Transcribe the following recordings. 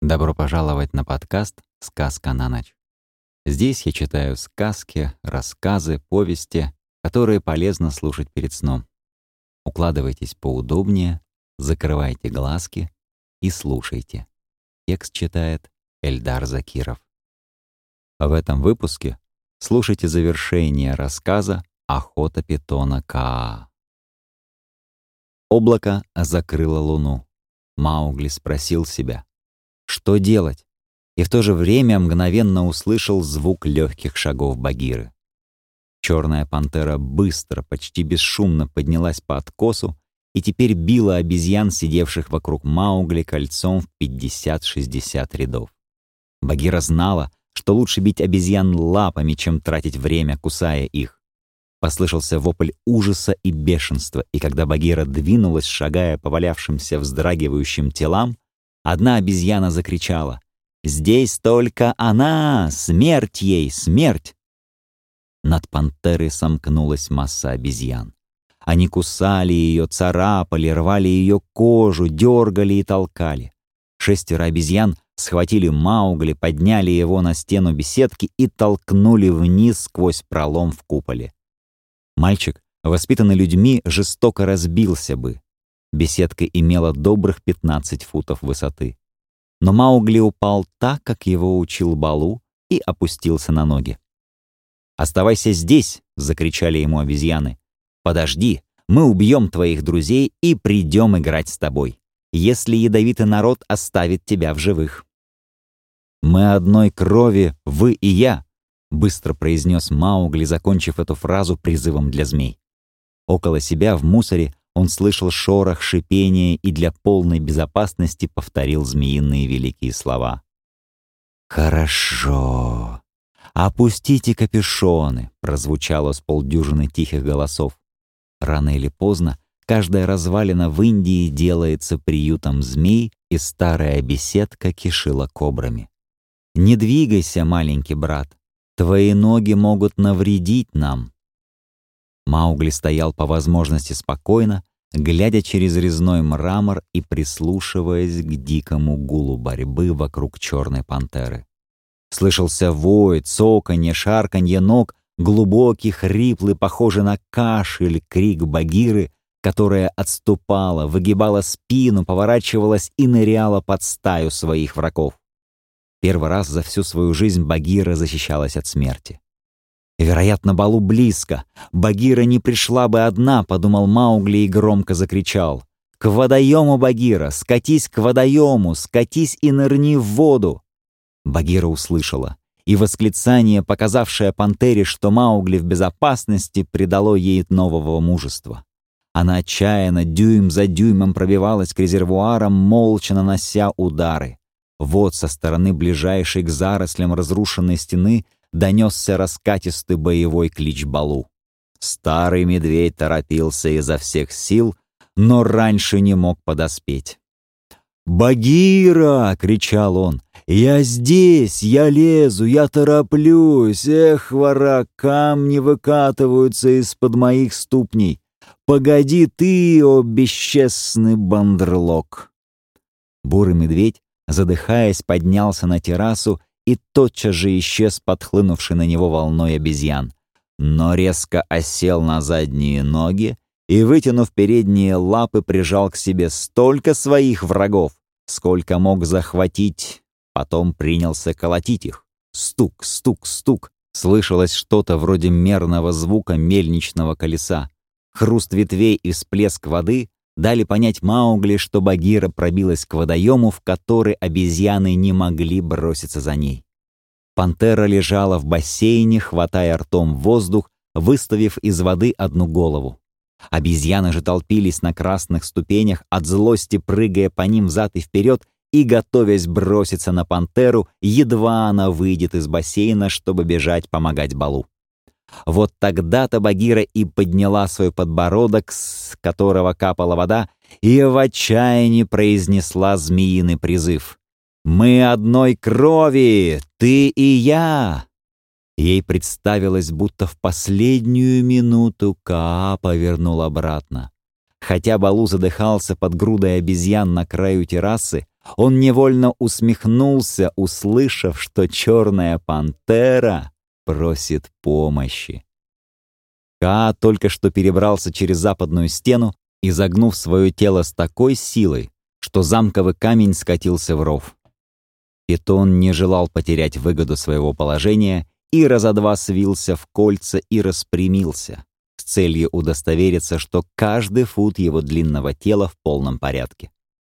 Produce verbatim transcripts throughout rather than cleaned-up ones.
Добро пожаловать на подкаст «Сказка на ночь». Здесь я читаю сказки, рассказы, повести, которые полезно слушать перед сном. Укладывайтесь поудобнее, закрывайте глазки и слушайте. Текст читает Эльдар Закиров. В этом выпуске слушайте завершение рассказа «Охота питона Каа». Облако закрыло луну. Маугли спросил себя, что делать, и в то же время мгновенно услышал звук легких шагов Багиры. Черная пантера быстро, почти бесшумно поднялась по откосу и теперь била обезьян, сидевших вокруг Маугли, кольцом в пятьдесят-шестьдесят рядов. Багира знала, что лучше бить обезьян лапами, чем тратить время, кусая их. Послышался вопль ужаса и бешенства, и когда Багира двинулась, шагая по валявшимся вздрагивающим телам, одна обезьяна закричала: «Здесь только она! Смерть ей! Смерть!» Над пантерой сомкнулась масса обезьян. Они кусали ее, царапали, рвали ее кожу, дергали и толкали. Шестеро обезьян схватили Маугли, подняли его на стену беседки и толкнули вниз сквозь пролом в куполе. Мальчик, воспитанный людьми, жестоко разбился бы. Беседка имела добрых пятнадцать футов высоты. Но Маугли упал так, как его учил Балу, и опустился на ноги. «Оставайся здесь!» — закричали ему обезьяны. «Подожди, мы убьем твоих друзей и придем играть с тобой, если ядовитый народ оставит тебя в живых». «Мы одной крови, вы и я!» — быстро произнес Маугли, закончив эту фразу призывом для змей. Около себя в мусоре он слышал шорох, шипение и для полной безопасности повторил змеиные великие слова. «Хорошо. Опустите капюшоны», — прозвучало с полдюжины тихих голосов. Рано или поздно каждая развалина в Индии делается приютом змей, и старая беседка кишила кобрами. «Не двигайся, маленький брат. Твои ноги могут навредить нам». Маугли стоял по возможности спокойно, глядя через резной мрамор и прислушиваясь к дикому гулу борьбы вокруг черной пантеры. Слышался вой, цоканье, шарканье ног, глубокий, хриплый, похожий на кашель, крик Багиры, которая отступала, выгибала спину, поворачивалась и ныряла под стаю своих врагов. Первый раз за всю свою жизнь Багира защищалась от смерти. «Вероятно, Балу близко. Багира не пришла бы одна», — подумал Маугли и громко закричал. «К водоему, Багира! Скатись к водоему! Скатись и нырни в воду!» Багира услышала, и восклицание, показавшее пантере, что Маугли в безопасности, придало ей нового мужества. Она отчаянно, дюйм за дюймом пробивалась к резервуарам, молча нанося удары. Вот со стороны ближайшей к зарослям разрушенной стены донесся раскатистый боевой клич Балу. Старый медведь торопился изо всех сил, но раньше не мог подоспеть. «Багира!» — кричал он. «Я здесь! Я лезу! Я тороплюсь! Эх, вора, камни выкатываются из-под моих ступней! Погоди ты, о бесчестный бандерлог!» Бурый медведь, задыхаясь, поднялся на террасу и тотчас же исчез, подхлынувший на него волной обезьян, но резко осел на задние ноги и, вытянув передние лапы, прижал к себе столько своих врагов, сколько мог захватить, потом принялся колотить их. Стук, стук, стук. Слышалось что-то вроде мерного звука мельничного колеса. Хруст ветвей и всплеск воды дали понять Маугли, что Багира пробилась к водоему, в который обезьяны не могли броситься за ней. Пантера лежала в бассейне, хватая ртом воздух, выставив из воды одну голову. Обезьяны же толпились на красных ступенях, от злости прыгая по ним взад и вперед и готовясь броситься на пантеру, едва она выйдет из бассейна, чтобы бежать помогать Балу. Вот тогда-то Багира и подняла свой подбородок, с которого капала вода, и в отчаянии произнесла змеиный призыв. «Мы одной крови, ты и я!» Ей представилось, будто в последнюю минуту Каа повернул обратно. Хотя Балу задыхался под грудой обезьян на краю террасы, Он невольно усмехнулся, услышав, что черная пантера просит помощи. Каа только что перебрался через западную стену, изогнув свое тело с такой силой, что замковый камень скатился в ров. Питон не желал потерять выгоду своего положения и раза два свился в кольца и распрямился, с целью удостовериться, что каждый фут его длинного тела в полном порядке.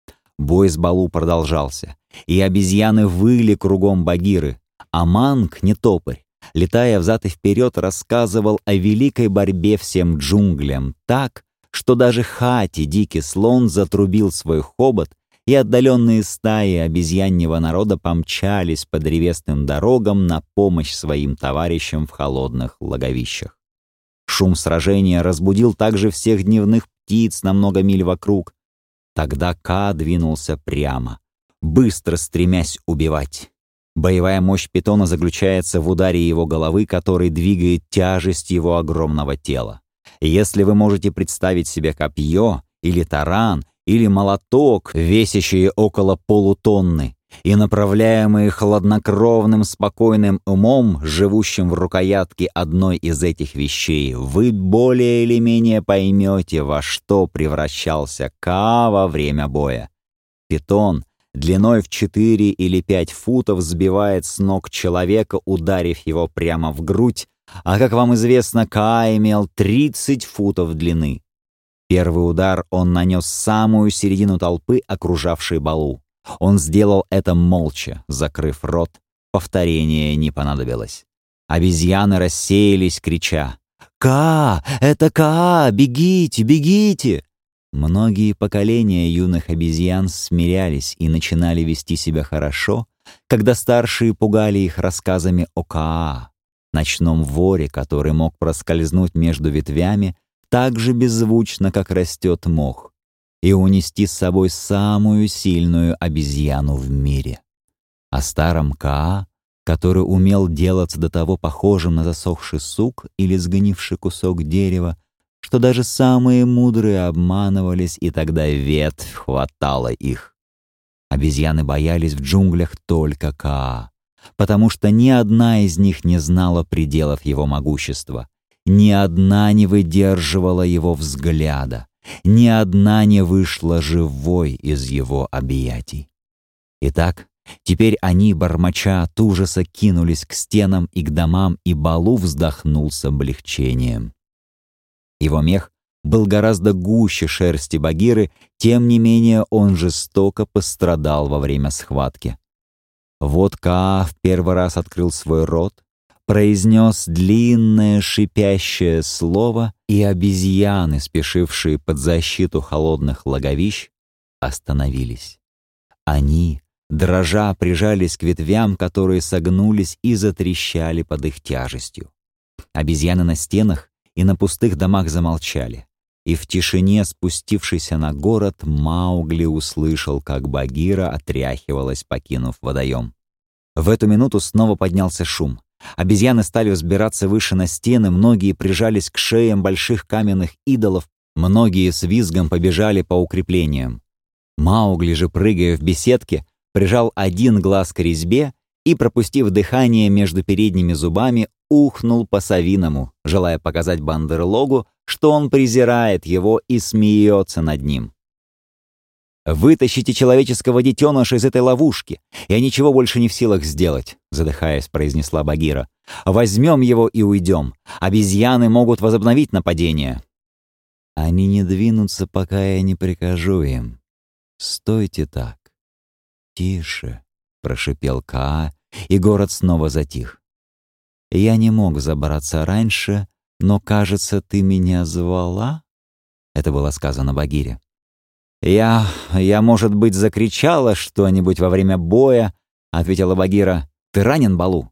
Бой с Балу продолжался, и обезьяны выли кругом Багиры, а Манг, не топырь, летая взад и вперед, рассказывал о великой борьбе всем джунглям так, что даже Хати, дикий слон, затрубил свой хобот, и отдаленные стаи обезьяньего народа помчались по древесным дорогам на помощь своим товарищам в холодных логовищах. Шум сражения разбудил также всех дневных птиц на много миль вокруг. Тогда Ка двинулся прямо, быстро стремясь убивать. Боевая мощь питона заключается в ударе его головы, который двигает тяжесть его огромного тела. Если вы можете представить себе копье или таран, или молоток, весящие около полутонны, и направляемые хладнокровным, спокойным умом, живущим в рукоятке одной из этих вещей, вы более или менее поймете, во что превращался Каа во время боя. Питон длиной в четыре или пять футов сбивает с ног человека, ударив его прямо в грудь, а, как вам известно, Каа имел тридцать футов длины. Первый удар он нанес в самую середину толпы, окружавшей Балу. Он сделал это молча, закрыв рот. Повторение не понадобилось. Обезьяны рассеялись, крича: «Каа! Это Каа! Бегите, бегите!» Многие поколения юных обезьян смирялись и начинали вести себя хорошо, когда старшие пугали их рассказами о Каа, ночном воре, который мог проскользнуть между ветвями так же беззвучно, как растет мох, и унести с собой самую сильную обезьяну в мире. О старом Каа, который умел делаться до того похожим на засохший сук или сгнивший кусок дерева, что даже самые мудрые обманывались, и тогда ветвь хватала их. Обезьяны боялись в джунглях только Каа, потому что ни одна из них не знала пределов его могущества, ни одна не выдерживала его взгляда, ни одна не вышла живой из его объятий. Итак, теперь они, бормоча от ужаса, кинулись к стенам и к домам, и Балу вздохнул с облегчением. Его мех был гораздо гуще шерсти Багиры, тем не менее он жестоко пострадал во время схватки. Вот Каа в первый раз открыл свой рот, произнес длинное шипящее слово, и обезьяны, спешившие под защиту холодных логовищ, остановились. Они, дрожа, прижались к ветвям, которые согнулись и затрещали под их тяжестью. Обезьяны на стенах и на пустых домах замолчали, и в тишине, спустившейся на город, Маугли услышал, как Багира отряхивалась, покинув водоем. В эту минуту снова поднялся шум. Обезьяны стали взбираться выше на стены, многие прижались к шеям больших каменных идолов, многие с визгом побежали по укреплениям. Маугли же, прыгая в беседке, прижал один глаз к резьбе и, пропустив дыхание между передними зубами, ухнул по-совиному, желая показать Бандерлогу, что он презирает его и смеется над ним. «Вытащите человеческого детеныша из этой ловушки. Я ничего больше не в силах сделать», — задыхаясь, произнесла Багира. «Возьмем его и уйдем. Обезьяны могут возобновить нападение». «Они не двинутся, пока я не прикажу им. Стойте так. Тише», — прошипел Каа, и город снова затих. «Я не мог забраться раньше, но, кажется, ты меня звала?» Это было сказано Багире. «Я... я, может быть, закричала что-нибудь во время боя», — ответила Багира. «Ты ранен, Балу?»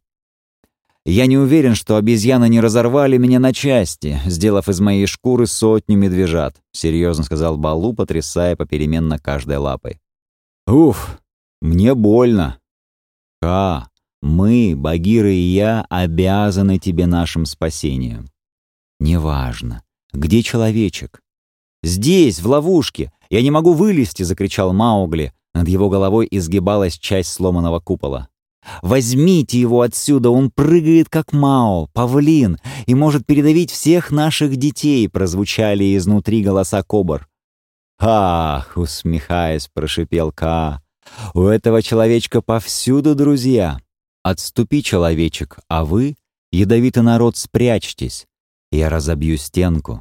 «Я не уверен, что обезьяны не разорвали меня на части, сделав из моей шкуры сотню медвежат», — серьезно сказал Балу, потрясая попеременно каждой лапой. «Уф, мне больно». «Ка, мы, Багира и я, обязаны тебе нашим спасением». «Неважно. Где человечек?» «Здесь, в ловушке. Я не могу вылезти», — закричал Маугли, Над его головой изгибалась часть сломанного купола. «Возьмите его отсюда, он прыгает, как Мао, павлин, и может передавить всех наших детей», — прозвучали изнутри голоса Кобр. «Ах!» — усмехаясь, прошипел Каа. «У этого человечка повсюду друзья. Отступи, человечек, а вы, ядовитый народ, спрячьтесь. Я разобью стенку».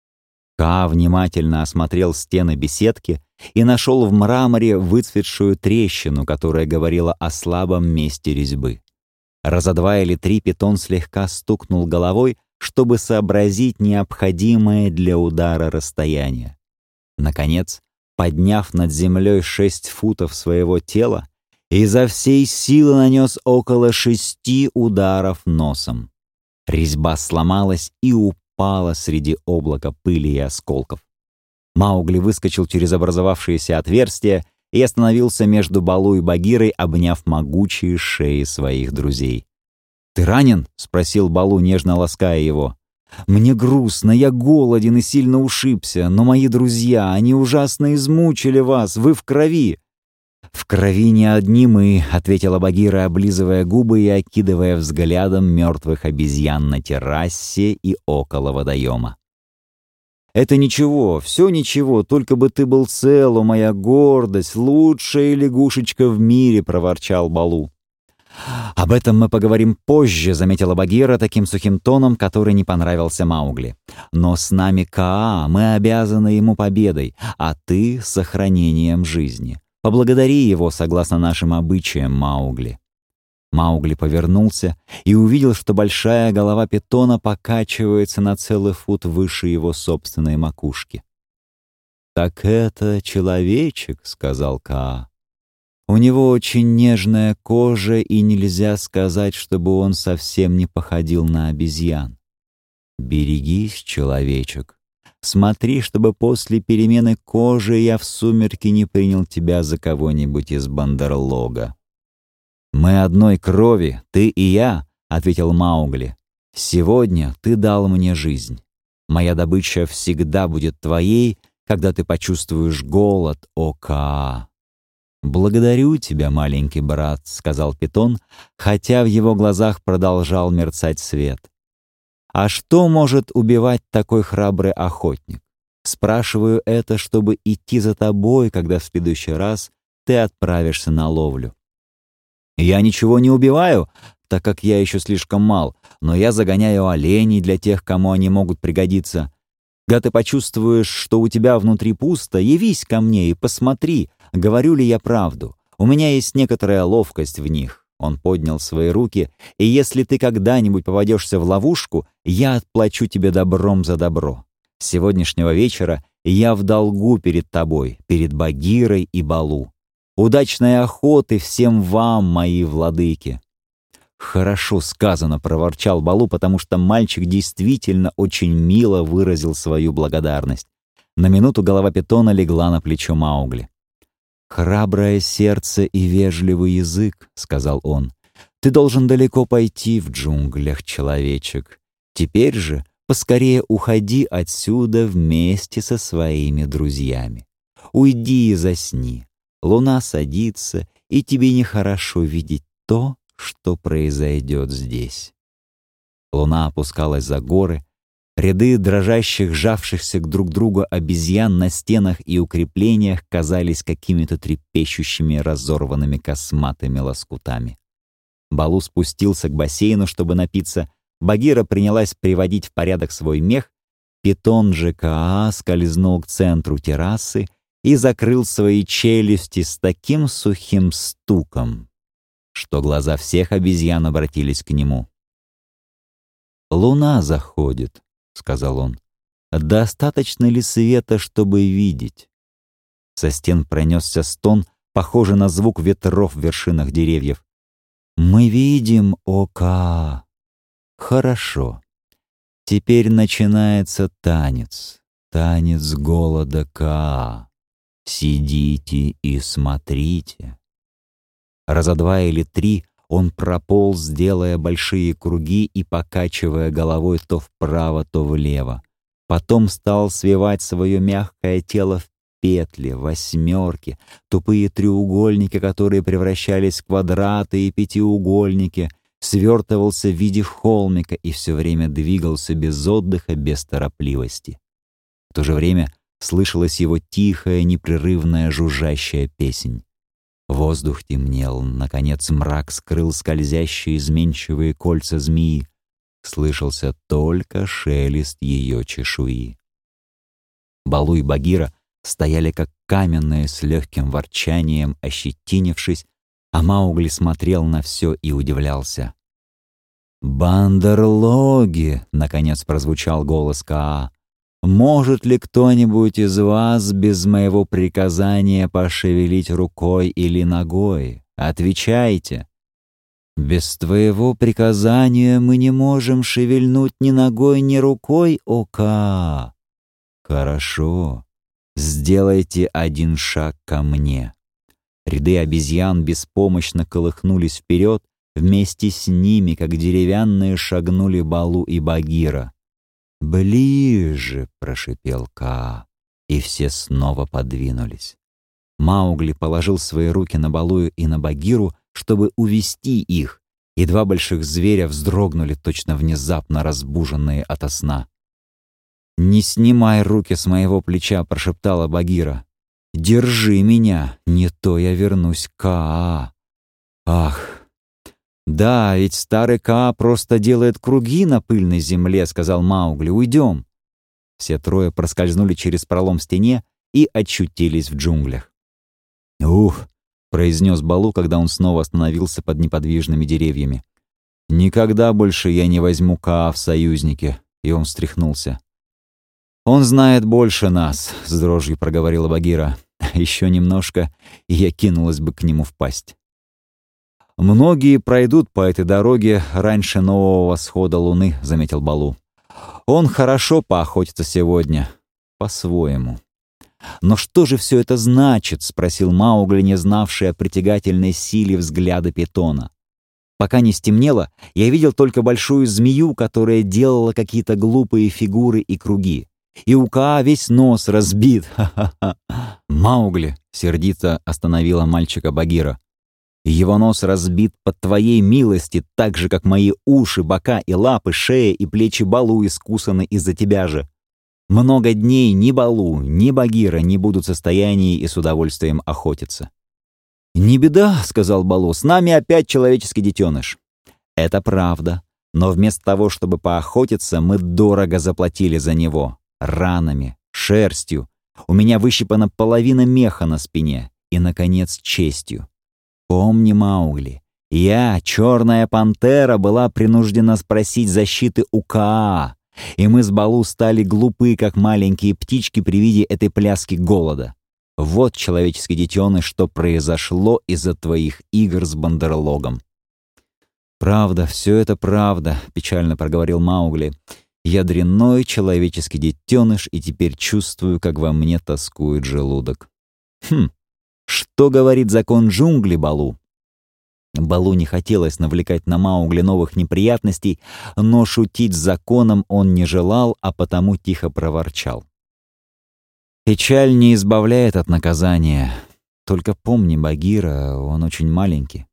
Каа внимательно осмотрел стены беседки и нашел в мраморе выцветшую трещину, которая говорила о слабом месте резьбы. Раза два или три Питон слегка стукнул головой, чтобы сообразить необходимое для удара расстояние. Наконец, подняв над землей шесть футов своего тела, изо всей силы нанес около шести ударов носом. Резьба сломалась и упала среди облака пыли и осколков. Маугли выскочил через образовавшееся отверстие и остановился между Балу и Багирой, обняв могучие шеи своих друзей. «Ты ранен?» — спросил Балу, нежно лаская его. «Мне грустно, я голоден и сильно ушибся, но мои друзья, они ужасно измучили вас, вы в крови». «В крови не одни мы», — ответила Багира, облизывая губы и окидывая взглядом мертвых обезьян на террасе и около водоема. «Это ничего, все ничего, только бы ты был цел, о моя гордость, лучшая лягушечка в мире», — проворчал Балу. «Об этом мы поговорим позже», — заметила Багира таким сухим тоном, который не понравился Маугли. «Но с нами Каа, мы обязаны ему победой, а ты — сохранением жизни. Поблагодари его согласно нашим обычаям, Маугли». Маугли повернулся и увидел, что большая голова питона покачивается на целый фут выше его собственной макушки. «Так это человечек», — сказал Каа. «У него очень нежная кожа, и нельзя сказать, чтобы он совсем не походил на обезьян. Берегись, человечек. Смотри, чтобы после перемены кожи я в сумерки не принял тебя за кого-нибудь из Бандерлога». «Мы одной крови, ты и я», — ответил Маугли. «Сегодня ты дал мне жизнь. Моя добыча всегда будет твоей, когда ты почувствуешь голод, о Каа». «Благодарю тебя, маленький брат», — сказал Питон, хотя в его глазах продолжал мерцать свет. «А что может убивать такой храбрый охотник? Спрашиваю это, чтобы идти за тобой, когда в следующий раз ты отправишься на ловлю». «Я ничего не убиваю, так как я еще слишком мал, но я загоняю оленей для тех, кому они могут пригодиться. Когда ты почувствуешь, что у тебя внутри пусто, явись ко мне и посмотри, говорю ли я правду. У меня есть некоторая ловкость в них». Он поднял свои руки, «и если ты когда-нибудь попадешься в ловушку, я отплачу тебе добром за добро. С сегодняшнего вечера я в долгу перед тобой, перед Багирой и Балу. Удачной охоты всем вам, мои владыки». «Хорошо сказано», — проворчал Балу, потому что мальчик действительно очень мило выразил свою благодарность. На минуту голова питона легла на плечо Маугли. «Храброе сердце и вежливый язык», — сказал он. «Ты должен далеко пойти в джунглях, человечек. Теперь же поскорее уходи отсюда вместе со своими друзьями. Уйди и засни. Луна садится, и тебе нехорошо видеть то, что произойдет здесь». Луна опускалась за горы. Ряды дрожащих, жавшихся друг к другу обезьян на стенах и укреплениях казались какими-то трепещущими, разорванными косматыми лоскутами. Балу спустился к бассейну, чтобы напиться. Багира принялась приводить в порядок свой мех. Питон же Каа скользнул к центру террасы и закрыл свои челюсти с таким сухим стуком, что глаза всех обезьян обратились к нему. «Луна заходит», — сказал он. «Достаточно ли света, чтобы видеть?» Со стен пронесся стон, похожий на звук ветров в вершинах деревьев. «Мы видим, о Каа». «Хорошо. Теперь начинается танец, танец голода Каа. Сидите и смотрите». Раза два или три он прополз, делая большие круги и покачивая головой то вправо, то влево. Потом стал свивать свое мягкое тело петли, восьмерки, тупые треугольники, которые превращались в квадраты и пятиугольники, свертывался в виде холмика и все время двигался без отдыха, без торопливости. В то же время слышалась его тихая, непрерывная жужжащая песнь. Воздух темнел, наконец мрак скрыл скользящие изменчивые кольца змеи. Слышался только шелест ее чешуи. Балу и Багира стояли как каменные с легким ворчанием, ощетинившись, а Маугли смотрел на все и удивлялся. «Бандерлоги!» — наконец прозвучал голос Каа. «Может ли кто-нибудь из вас без моего приказания пошевелить рукой или ногой? Отвечайте!» «Без твоего приказания мы не можем шевельнуть ни ногой, ни рукой, о Каа!» «Хорошо. Сделайте один шаг ко мне». Ряды обезьян беспомощно колыхнулись вперед, вместе с ними, как деревянные, шагнули Балу и Багира. «Ближе!» — прошипел Каа, и все снова подвинулись. Маугли положил свои руки на Балу и на Багиру, чтобы увести их, и два больших зверя вздрогнули, точно внезапно разбуженные ото сна. «Не снимай руки с моего плеча!» — прошептала Багира. «Держи меня, не то я вернусь к Каа». «Ах, да, ведь старый Каа просто делает круги на пыльной земле», — сказал Маугли. «Уйдем». Все трое проскользнули через пролом в стене и очутились в джунглях. «Ух!» — произнес Балу, когда он снова остановился под неподвижными деревьями. «Никогда больше я не возьму Каа в союзники», — и он встряхнулся. «Он знает больше нас», — с дрожью проговорила Багира. «Еще немножко, и я кинулась бы к нему в пасть». «Многие пройдут по этой дороге раньше нового восхода луны», — заметил Балу. «Он хорошо поохотится сегодня, по-своему». «Но что же все это значит?» — спросил Маугли, не знавший о притягательной силе взгляда питона. «Пока не стемнело, я видел только большую змею, которая делала какие-то глупые фигуры и круги. И у Каа весь нос разбит. Ха-ха-ха!» «Маугли!» — сердито остановила мальчика Багира. «Его нос разбит под твоей милости, так же, как мои уши, бока и лапы, шея и плечи Балу искусаны из-за тебя же. Много дней ни Балу, ни Багира не будут в состоянии и с удовольствием охотиться». «Не беда», — сказал Балу, — «с нами опять человеческий детеныш». «Это правда, но вместо того, чтобы поохотиться, мы дорого заплатили за него. Ранами, шерстью. У меня выщипана половина меха на спине. И, наконец, честью. Помни, Маугли, я, черная пантера, была принуждена спросить защиты у Каа, и мы с Балу стали глупы, как маленькие птички при виде этой пляски голода. Вот, человеческий детеныш, что произошло из-за твоих игр с Бандерлогом». «Правда, все это правда», — печально проговорил Маугли. «Я дрянной человеческий детеныш, и теперь чувствую, как во мне тоскует желудок». «Хм, что говорит закон джунглей, Балу?» Балу не хотелось навлекать на Маугли новых неприятностей, но шутить с законом он не желал, а потому тихо проворчал. «Печаль не избавляет от наказания. Только помни, Багира, он очень маленький».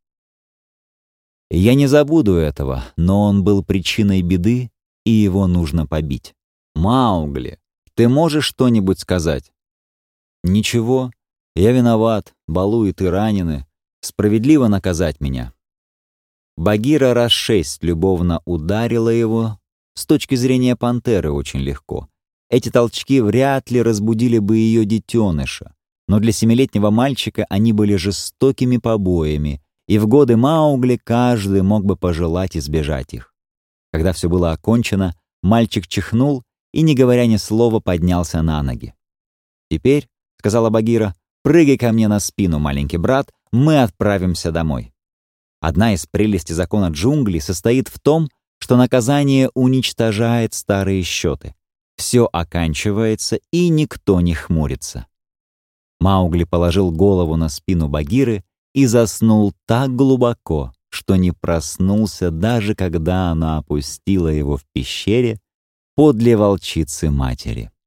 «Я не забуду этого, но он был причиной беды, и его нужно побить. Маугли, ты можешь что-нибудь сказать?» «Ничего. Я виноват. Балу и ты ранены. Справедливо наказать меня». Багира раз шесть любовно ударила его. С точки зрения пантеры очень легко. Эти толчки вряд ли разбудили бы ее детеныша. Но для семилетнего мальчика они были жестокими побоями, и в годы Маугли каждый мог бы пожелать избежать их. Когда все было окончено, мальчик чихнул и, не говоря ни слова, поднялся на ноги. «Теперь, — сказала Багира, — прыгай ко мне на спину, маленький брат, мы отправимся домой». Одна из прелестей закона джунглей состоит в том, что наказание уничтожает старые счеты. Все оканчивается, и никто не хмурится. Маугли положил голову на спину Багиры и заснул так глубоко, что не проснулся, даже когда она опустила его в пещере подле волчицы матери.